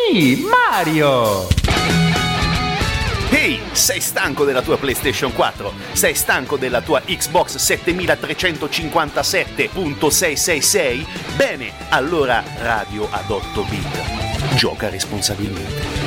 me, Mario! Ehi, sei stanco della tua PlayStation 4? Sei stanco della tua Xbox 7357.666? Bene, allora Radio ad 8 bit. Gioca responsabilmente.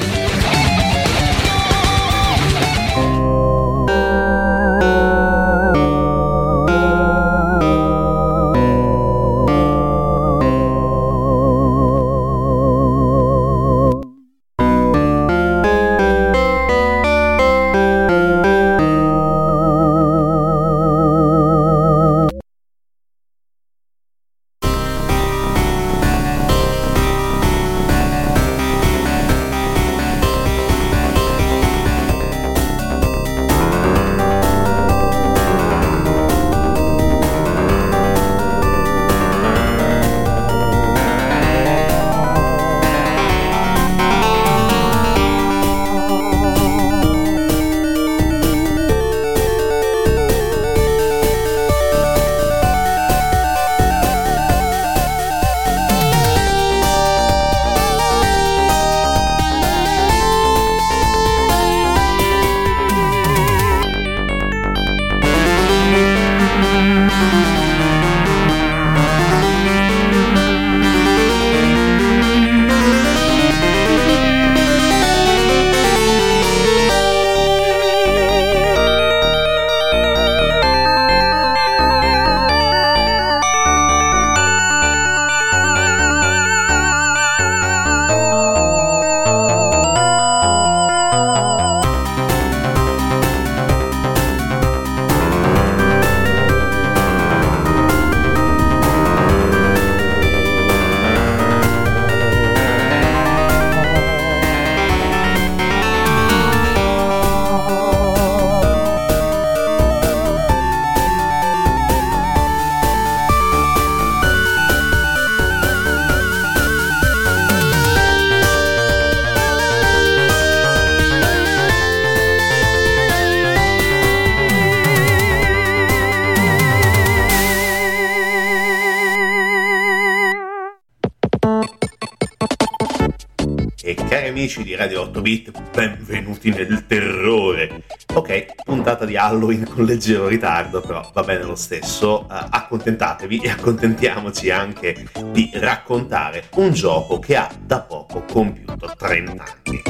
Amici di Radio 8 Bit, benvenuti nel terrore. Ok, puntata di Halloween con leggero ritardo, però va bene lo stesso. Accontentatevi e accontentiamoci anche di raccontare un gioco che ha da poco compiuto 30 anni.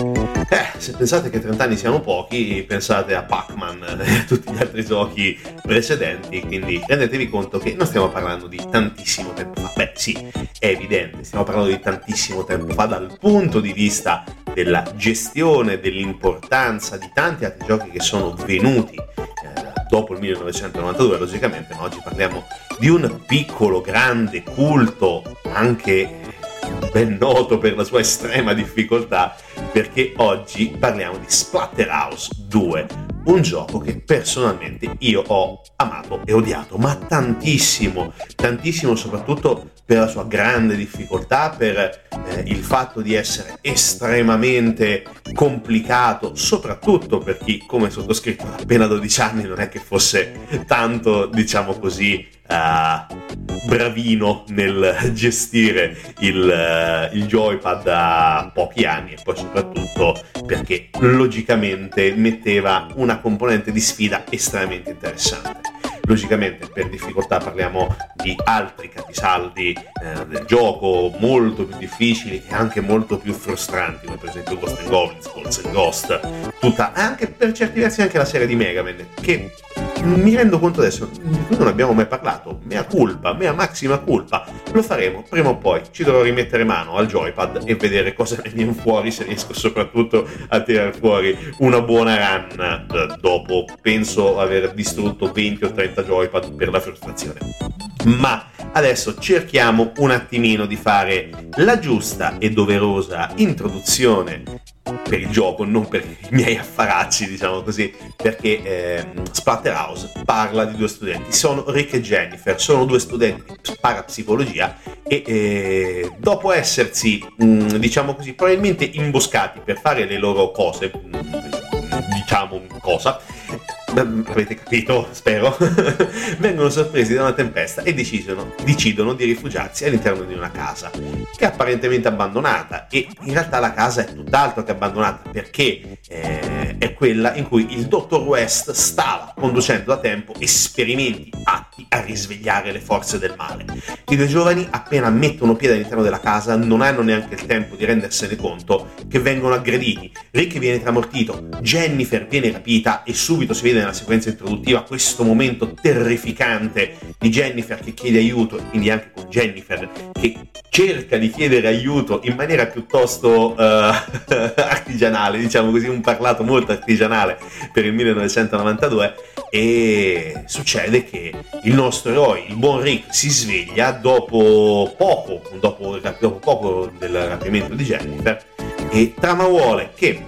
Se pensate che 30 anni siano pochi, pensate a Pac-Man e a tutti gli altri giochi precedenti, quindi rendetevi conto che non stiamo parlando di tantissimo tempo fa. Beh sì, è evidente, stiamo parlando di tantissimo tempo fa dal punto di vista della gestione, dell'importanza di tanti altri giochi che sono venuti dopo il 1992 logicamente, ma oggi parliamo di un piccolo, grande culto, anche ben noto per la sua estrema difficoltà, perché oggi parliamo di Splatterhouse 2, un gioco che personalmente io ho amato e odiato, ma tantissimo, soprattutto per la sua grande difficoltà, per il fatto di essere estremamente complicato, soprattutto per chi, come sottoscritto, ha appena 12 anni, non è che fosse tanto, diciamo così, bravino nel gestire il joypad a pochi anni, e poi soprattutto perché logicamente metteva una componente di sfida estremamente interessante. Logicamente per difficoltà parliamo di altri capisaldi del gioco molto più difficili e anche molto più frustranti, come per esempio Ghost and Goblins, Ghost and Ghost, tutta, anche per certi versi anche la serie di Mega Man, che mi rendo conto adesso di cui non abbiamo mai parlato, mea maxima culpa. Lo faremo prima o poi, ci dovrò rimettere mano al joypad e vedere cosa ne viene fuori, se riesco soprattutto a tirare fuori una buona run dopo penso aver distrutto 20 o 30 joypad per la frustrazione. Ma adesso cerchiamo un attimino di fare la giusta e doverosa introduzione per il gioco, non per i miei affaracci, diciamo così, perché Splatterhouse parla di due studenti, sono Rick e Jennifer, sono due studenti di parapsicologia e dopo essersi, diciamo così, probabilmente imboscati per fare le loro cose, diciamo cosa, avete capito, spero, vengono sorpresi da una tempesta e decidono di rifugiarsi all'interno di una casa che è apparentemente abbandonata, e in realtà la casa è tutt'altro che abbandonata, perché è quella in cui il dottor West stava conducendo da tempo esperimenti atti a risvegliare le forze del male. I due giovani, appena mettono piede all'interno della casa, non hanno neanche il tempo di rendersene conto che vengono aggrediti. Rick viene tramortito, Jennifer viene rapita e subito si vede nella sequenza introduttiva questo momento terrificante di Jennifer che chiede aiuto, e quindi anche con Jennifer che cerca di chiedere aiuto in maniera piuttosto artigianale, diciamo così, un parlato molto artigianale per il 1992, e succede che il nostro eroe, il buon Rick, si sveglia dopo poco del rapimento di Jennifer, e trama vuole che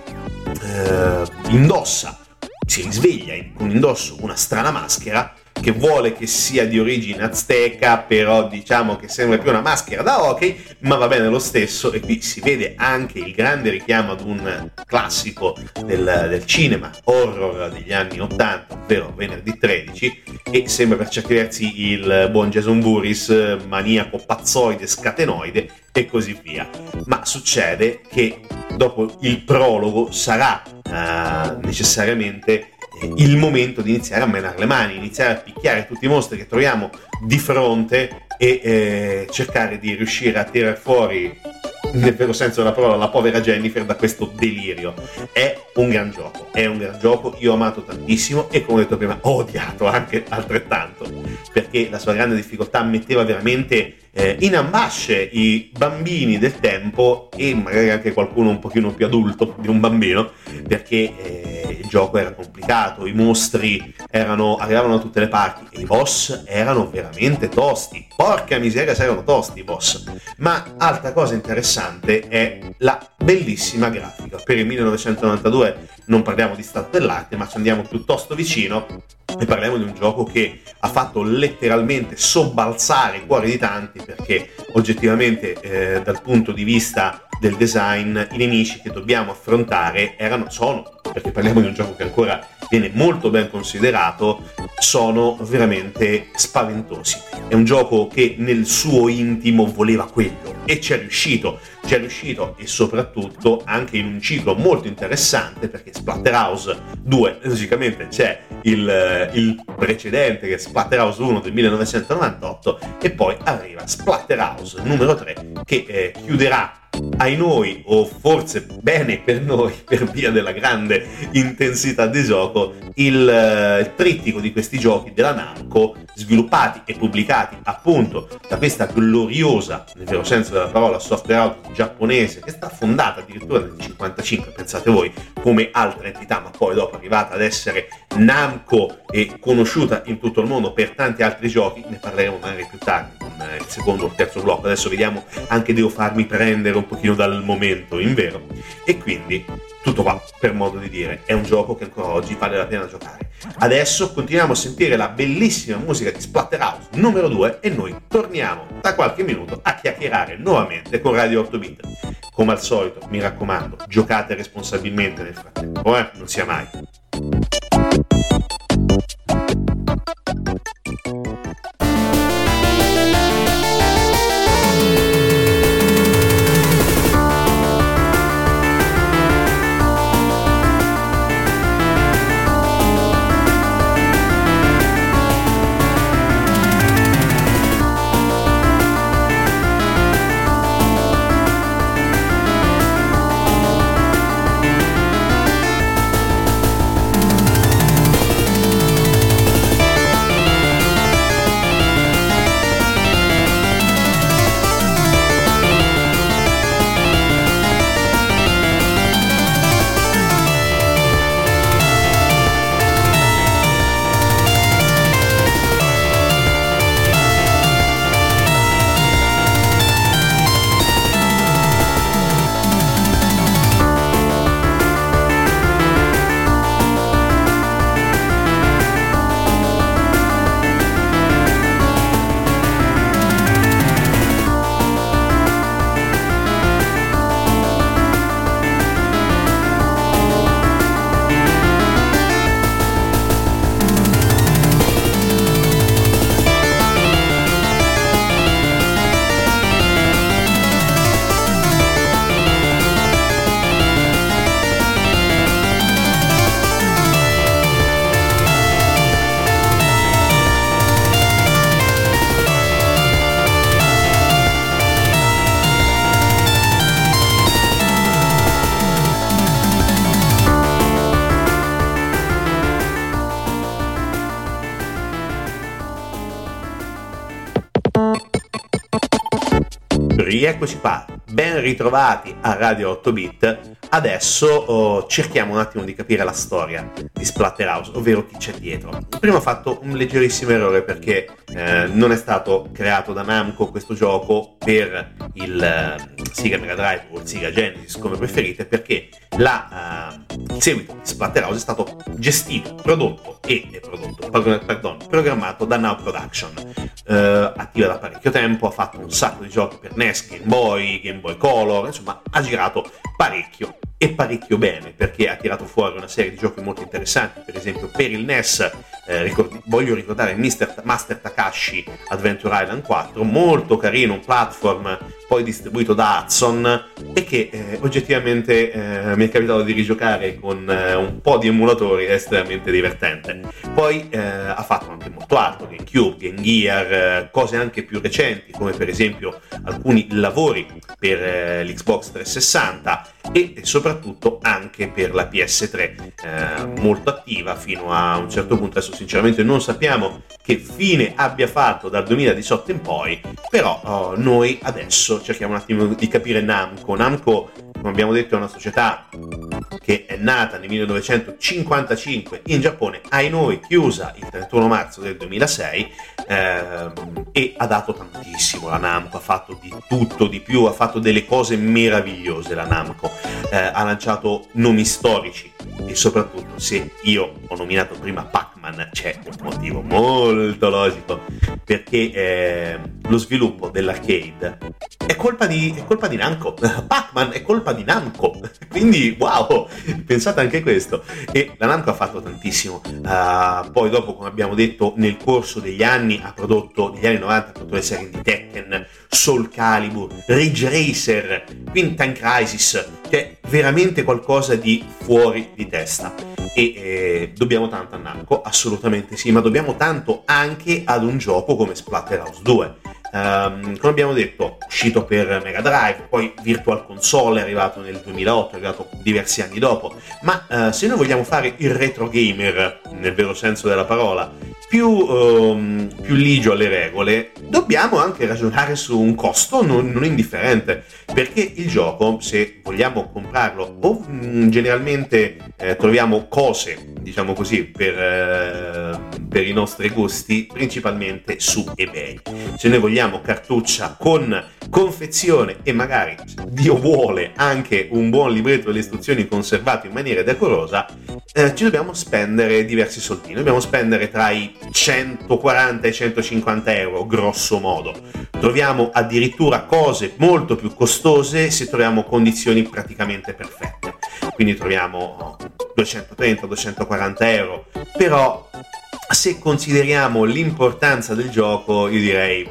si risveglia con indosso una strana maschera che vuole che sia di origine azteca, però diciamo che sembra più una maschera da hockey, ma va bene lo stesso. E qui si vede anche il grande richiamo ad un classico del cinema horror degli anni 80, ovvero Venerdì 13, e sembra per certi versi il buon Jason Voorhees, maniaco pazzoide, scatenoide e così via. Ma succede che dopo il prologo sarà necessariamente il momento di iniziare a menare le mani, iniziare a picchiare tutti i mostri che troviamo di fronte e cercare di riuscire a tirare fuori, nel vero senso della parola, la povera Jennifer da questo delirio. È un gran gioco, io ho amato tantissimo e, come ho detto prima, ho odiato anche altrettanto, perché la sua grande difficoltà metteva veramente in ambasce i bambini del tempo, e magari anche qualcuno un pochino più adulto di un bambino, perché il gioco era complicato, i mostri arrivavano da tutte le parti e i boss erano veramente tosti. Porca miseria, se erano tosti i boss. Ma altra cosa interessante è la bellissima grafica. Per il 1992 non parliamo di stato dell'arte, ma ci andiamo piuttosto vicino e parliamo di un gioco che ha fatto letteralmente sobbalzare i cuori di tanti, perché oggettivamente dal punto di vista del design i nemici che dobbiamo affrontare perché parliamo di un gioco che ancora viene molto ben considerato, sono veramente spaventosi. È un gioco che nel suo intimo voleva quello e ci è riuscito, e soprattutto anche in un ciclo molto interessante, perché Splatterhouse 2, logicamente c'è il precedente che è Splatterhouse 1 del 1998, e poi arriva Splatterhouse numero 3 che chiuderà, ai noi, o forse bene per noi per via della grande intensità di gioco, il trittico di questi giochi della Namco, sviluppati e pubblicati appunto da questa gloriosa, nel vero senso della parola, software house giapponese, che sta fondata addirittura nel 1955, pensate voi, come altra entità, ma poi dopo è arrivata ad essere Namco e conosciuta in tutto il mondo per tanti altri giochi. Ne parleremo magari più tardi con il secondo o il terzo blocco. Adesso vediamo, anche devo farmi prendere un pochino dal momento, invero. E quindi tutto qua, per modo di dire. È un gioco che ancora oggi vale la pena giocare. Adesso continuiamo a sentire la bellissima musica di Splatterhouse numero 2 e noi torniamo tra qualche minuto a chiacchierare nuovamente con Radio 8 Bit. Come al solito, mi raccomando, giocate responsabilmente nel frattempo, non sia mai. rieccoci qua, ben ritrovati a Radio 8 Bit. Adesso cerchiamo un attimo di capire la storia di Splatterhouse, ovvero chi c'è dietro. Prima ho fatto un leggerissimo errore perché non è stato creato da Namco questo gioco per il Sega Mega Drive o il Sega Genesis, come preferite, perché il seguito di Splatterhouse è stato gestito, programmato da Now Production, attiva da parecchio tempo, ha fatto un sacco di giochi per NES, Game Boy Color, insomma ha girato parecchio e parecchio bene, perché ha tirato fuori una serie di giochi molto interessanti. Per esempio per il NES voglio ricordare Master Takashi Adventure Island 4, molto carino, un platform poi distribuito da Hudson, e che oggettivamente mi è capitato di rigiocare con un po' di emulatori, è estremamente divertente. Poi ha fatto anche molto altro, GameCube, Game Gear, cose anche più recenti, come per esempio alcuni lavori per l'Xbox 360 e soprattutto anche per la PS3, molto attiva fino a un certo punto. Adesso sinceramente non sappiamo che fine abbia fatto dal 2018 in poi, però noi adesso cerchiamo un attimo di capire Namco. Namco, come abbiamo detto, è una società che è nata nel 1955 in Giappone, ai noi chiusa il 31 marzo del 2006, e ha dato tantissimo. La Namco ha fatto di tutto, di più, ha fatto delle cose meravigliose. La Namco ha lanciato nomi storici, e soprattutto, se io ho nominato prima Pac-Man, c'è un motivo molto logico, perché lo sviluppo dell'arcade è colpa di Namco. Pac-Man è colpa di Namco, quindi wow, pensate anche questo. E la Namco ha fatto tantissimo, poi dopo, come abbiamo detto, nel corso degli anni 90 ha prodotto le serie di Tekken, Soul Calibur, Ridge Racer, quindi Time Crisis, che è veramente qualcosa di fuori di testa. E dobbiamo tanto a Namco, assolutamente sì, ma dobbiamo tanto anche ad un gioco come Splatterhouse 2. Come abbiamo detto, uscito per Mega Drive, poi Virtual Console è arrivato nel 2008, è arrivato diversi anni dopo, ma se noi vogliamo fare il retro gamer nel vero senso della parola, più ligio alle regole, dobbiamo anche ragionare su un costo non indifferente, perché il gioco, se vogliamo comprarlo, o generalmente troviamo cose, diciamo così, per i nostri gusti, principalmente su eBay. Se noi vogliamo cartuccia con confezione e magari, Dio vuole, anche un buon libretto delle istruzioni conservato in maniera decorosa, ci dobbiamo spendere diversi soldini. Dobbiamo spendere tra i 140 e 150 euro, grosso modo. Troviamo addirittura cose molto più costose se troviamo condizioni praticamente perfette, quindi troviamo 230-240 euro. Però se consideriamo l'importanza del gioco, io direi,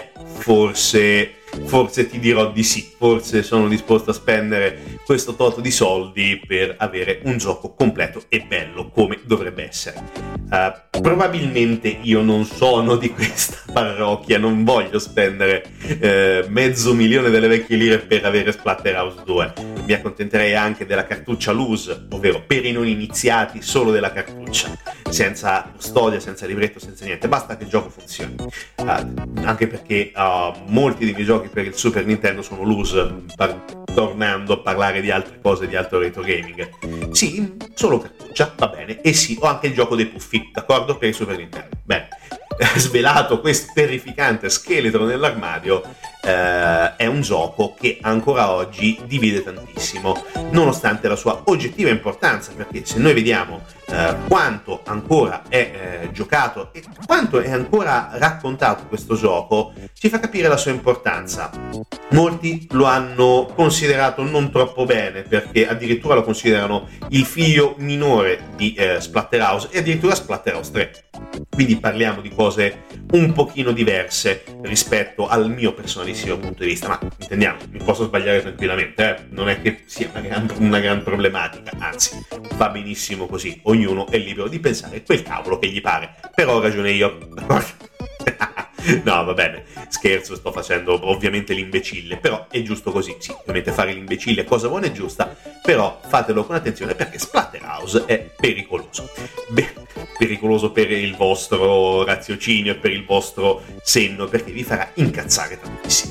forse ti dirò di sì, forse sono disposto a spendere questo tot di soldi per avere un gioco completo e bello come dovrebbe essere. Probabilmente io non sono di questa parrocchia, non voglio spendere $500,000 delle vecchie lire per avere Splatterhouse 2. Mi accontenterei anche della cartuccia loose, ovvero per i non iniziati solo della cartuccia, senza storia, senza libretto, senza niente, basta che il gioco funzioni. Anche perché molti dei miei giochi per il Super Nintendo sono loose, tornando a parlare di altre cose, di altro retro gaming. Sì, solo cartuccia, va bene. E sì, ho anche il gioco dei Puffi, d'accordo, per il Super Nintendo. Bene, svelato questo terrificante scheletro nell'armadio, è un gioco che ancora oggi divide tantissimo, nonostante la sua oggettiva importanza, perché se noi vediamo quanto ancora è giocato e quanto è ancora raccontato questo gioco, ci fa capire la sua importanza. Molti lo hanno considerato non troppo bene, perché addirittura lo considerano il figlio minore di Splatterhouse, e addirittura Splatterhouse 3. Quindi parliamo di cose un pochino diverse rispetto al mio personalissimo punto di vista, ma intendiamo, mi posso sbagliare tranquillamente, non è che sia una gran problematica, anzi va benissimo così, ognuno è libero di pensare quel cavolo che gli pare, però ho ragione io, d'accordo? No, va bene, scherzo, sto facendo ovviamente l'imbecille, però è giusto così. Sì, ovviamente fare l'imbecille è cosa buona e giusta, però fatelo con attenzione, perché Splatterhouse è pericoloso. Pericoloso per il vostro raziocinio e per il vostro senno, perché vi farà incazzare tantissimo.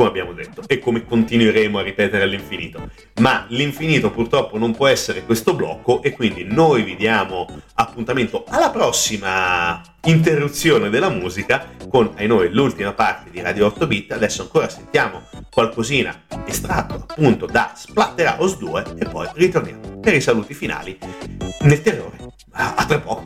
come abbiamo detto e come continueremo a ripetere all'infinito. Ma l'infinito purtroppo non può essere questo blocco, e quindi noi vi diamo appuntamento alla prossima interruzione della musica con, ai noi, l'ultima parte di Radio 8 Bit. Adesso ancora sentiamo qualcosina estratto appunto da Splatterhouse 2 e poi ritorniamo per i saluti finali nel terrore. A tra poco.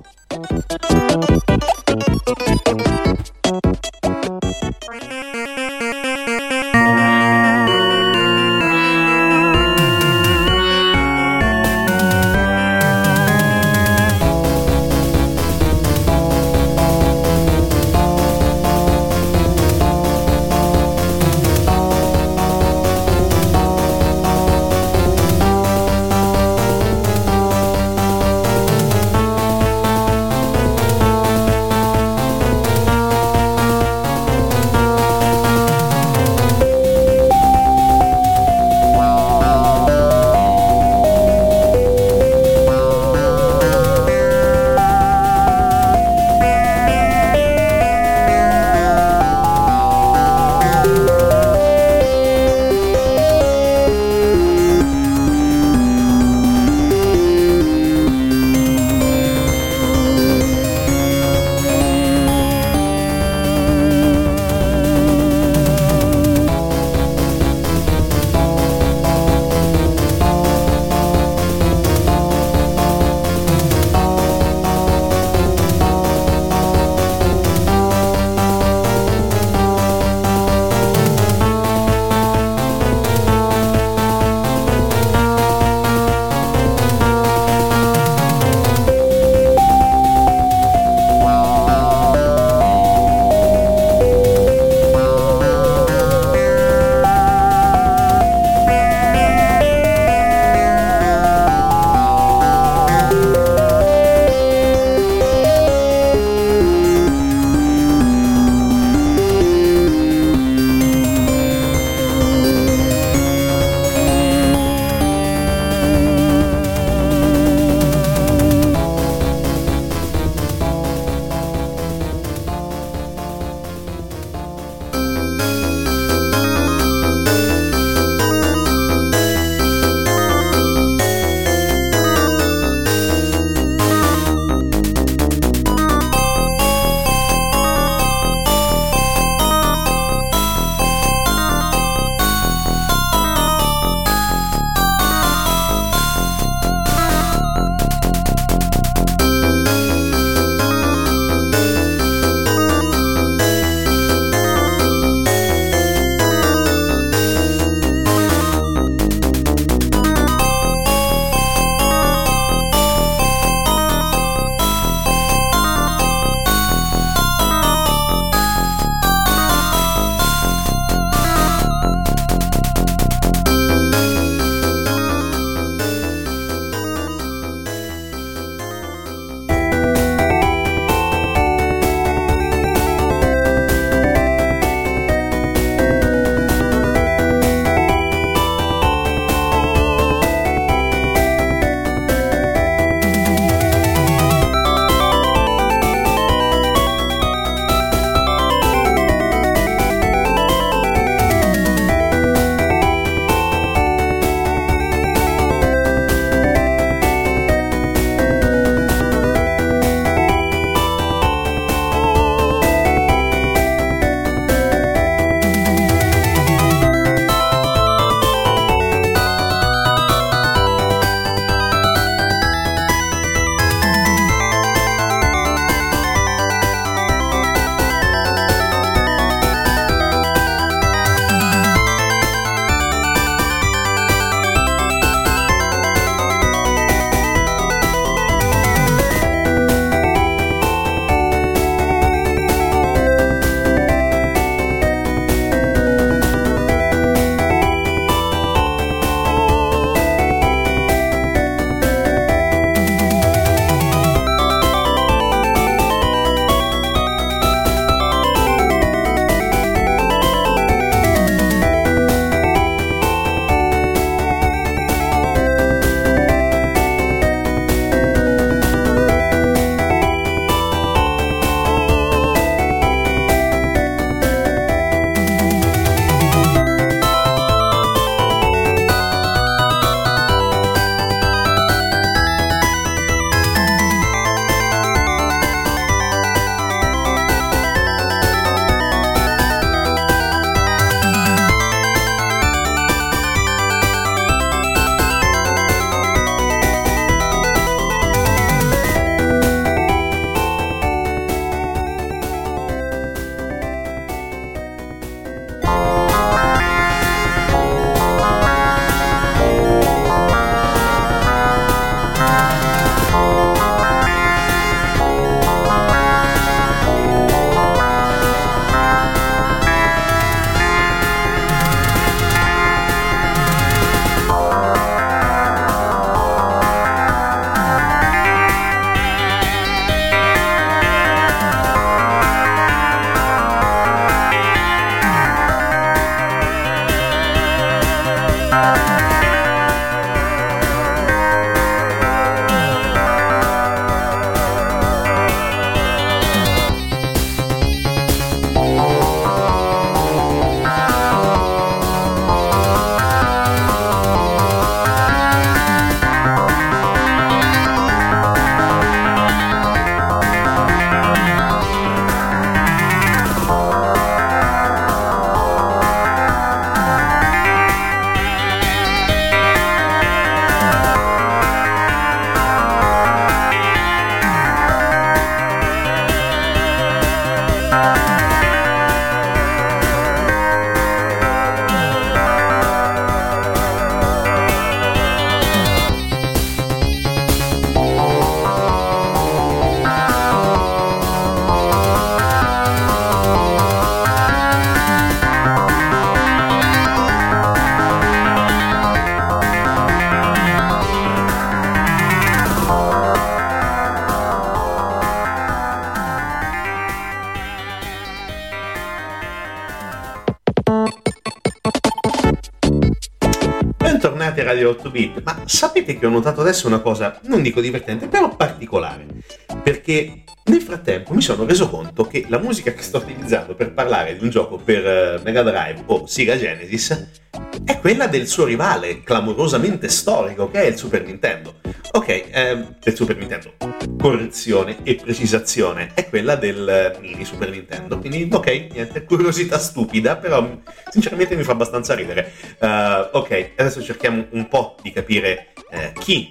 Radio 8 Bit, ma sapete che ho notato adesso una cosa, non dico divertente, però particolare, perché nel frattempo mi sono reso conto che la musica che sto utilizzando per parlare di un gioco per Mega Drive o Sega Genesis è quella del suo rivale clamorosamente storico, che è il Super Nintendo. Ok, del Super Nintendo, correzione e precisazione, è quella del mini Super Nintendo. Quindi, ok, niente, curiosità stupida, però sinceramente mi fa abbastanza ridere. Ok, adesso cerchiamo un po' di capire chi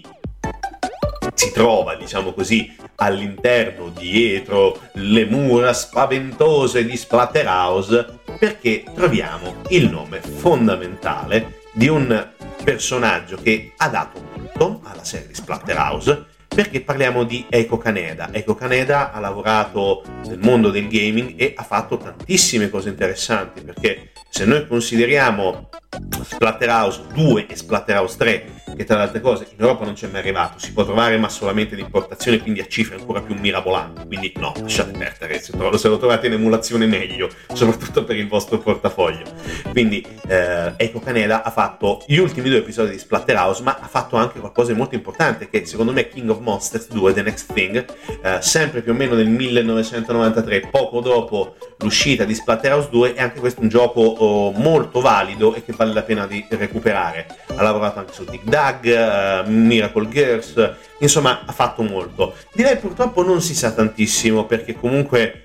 si trova, diciamo così, all'interno, dietro le mura spaventose di Splatterhouse, perché troviamo il nome fondamentale di un personaggio che ha dato molto alla serie di Splatterhouse, perché parliamo di Eiko Kaneda. Eiko Kaneda ha lavorato nel mondo del gaming e ha fatto tantissime cose interessanti, perché se noi consideriamo Splatterhouse 2 e Splatterhouse 3, che tra le altre cose in Europa non c'è mai arrivato, si può trovare ma solamente di importazione, quindi a cifre ancora più mirabolanti, quindi no, lasciate perdere, se lo trovate in emulazione meglio, soprattutto per il vostro portafoglio. Quindi Eiko Kaneda ha fatto gli ultimi 2 episodi di Splatterhouse, ma ha fatto anche qualcosa di molto importante, che secondo me è King of Monsters 2, The Next Thing, sempre più o meno nel 1993, poco dopo l'uscita di Splatterhouse 2, e anche questo è un gioco molto valido e che vale la pena di recuperare. Ha lavorato anche su Dig Dug, Miracle Girls, insomma ha fatto molto. Direi purtroppo non si sa tantissimo, perché comunque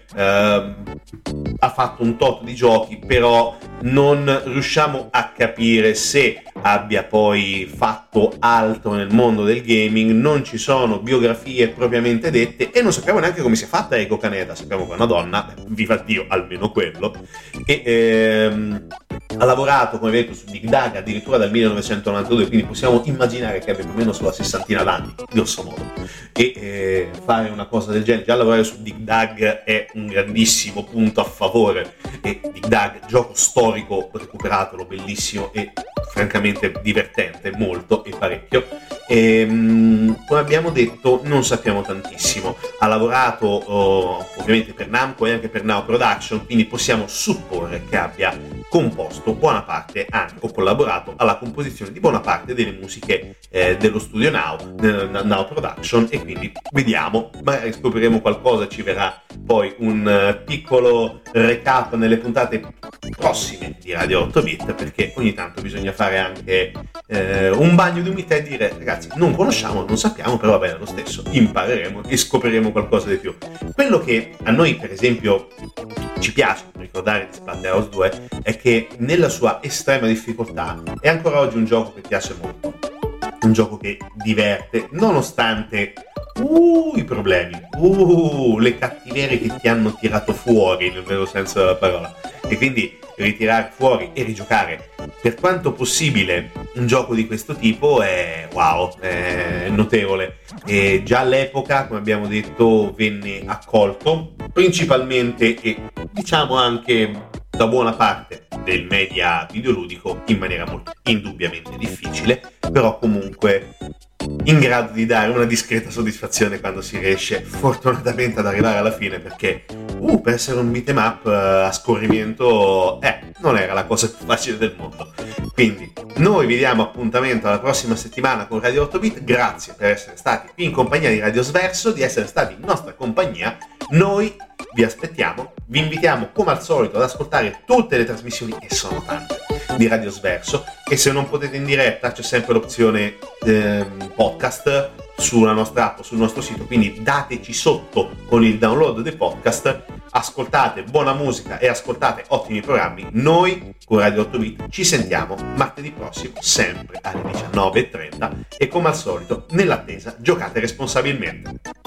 ha fatto un tot di giochi, però non riusciamo a capire se abbia poi fatto altro nel mondo del gaming. Non ci sono biografie propriamente dette e non sappiamo neanche come si è fatta Eiko Kaneda. Sappiamo che è una donna, viva Dio, almeno quello, e ha lavorato, come detto, su Dig Dug addirittura dal 1992, quindi possiamo immaginare che abbia più o meno sulla sessantina d'anni, grosso modo, e fare una cosa del genere, già lavorare su Dig Dug è un grandissimo punto a favore. E Dig Dug, gioco storico, recuperatelo, bellissimo e francamente divertente, molto e parecchio. E, come abbiamo detto, non sappiamo tantissimo. Ha lavorato ovviamente per Namco e anche per Now Production, quindi possiamo supporre che abbia composto buona parte anche, o collaborato alla composizione di buona parte delle musiche dello studio Now Production, e quindi vediamo, magari scopriremo qualcosa, ci verrà poi un piccolo recap nelle puntate prossime di Radio 8 Bit, perché ogni tanto bisogna fare anche un bagno di umiltà e dire: ragazzi, non conosciamo, non sappiamo, però va bene lo stesso, impareremo e scopriremo qualcosa di più. Quello che a noi, per esempio, ci piace ricordare di Splatterhouse 2 è che nella sua estrema difficoltà è ancora oggi un gioco che piace molto, un gioco che diverte nonostante i problemi, le cattiverie che ti hanno tirato fuori nel vero senso della parola, e quindi ritirare fuori e rigiocare per quanto possibile un gioco di questo tipo è wow, è notevole. E già all'epoca, come abbiamo detto, venne accolto principalmente e diciamo anche da buona parte del media videoludico in maniera molto indubbiamente difficile, però comunque in grado di dare una discreta soddisfazione quando si riesce fortunatamente ad arrivare alla fine, perché per essere un beat'em up a scorrimento non era la cosa più facile del mondo. Quindi noi vi diamo appuntamento alla prossima settimana con Radio 8 Bit. Grazie per essere stati qui in compagnia di Radio Sverso, di essere stati in nostra compagnia. Noi vi aspettiamo, vi invitiamo come al solito ad ascoltare tutte le trasmissioni, e sono tante, di Radio Sverso, e se non potete in diretta c'è sempre l'opzione podcast sulla nostra app o sul nostro sito, quindi dateci sotto con il download dei podcast, ascoltate buona musica e ascoltate ottimi programmi. Noi con Radio 8 Bit ci sentiamo martedì prossimo, sempre alle 19:30, e come al solito, nell'attesa, giocate responsabilmente.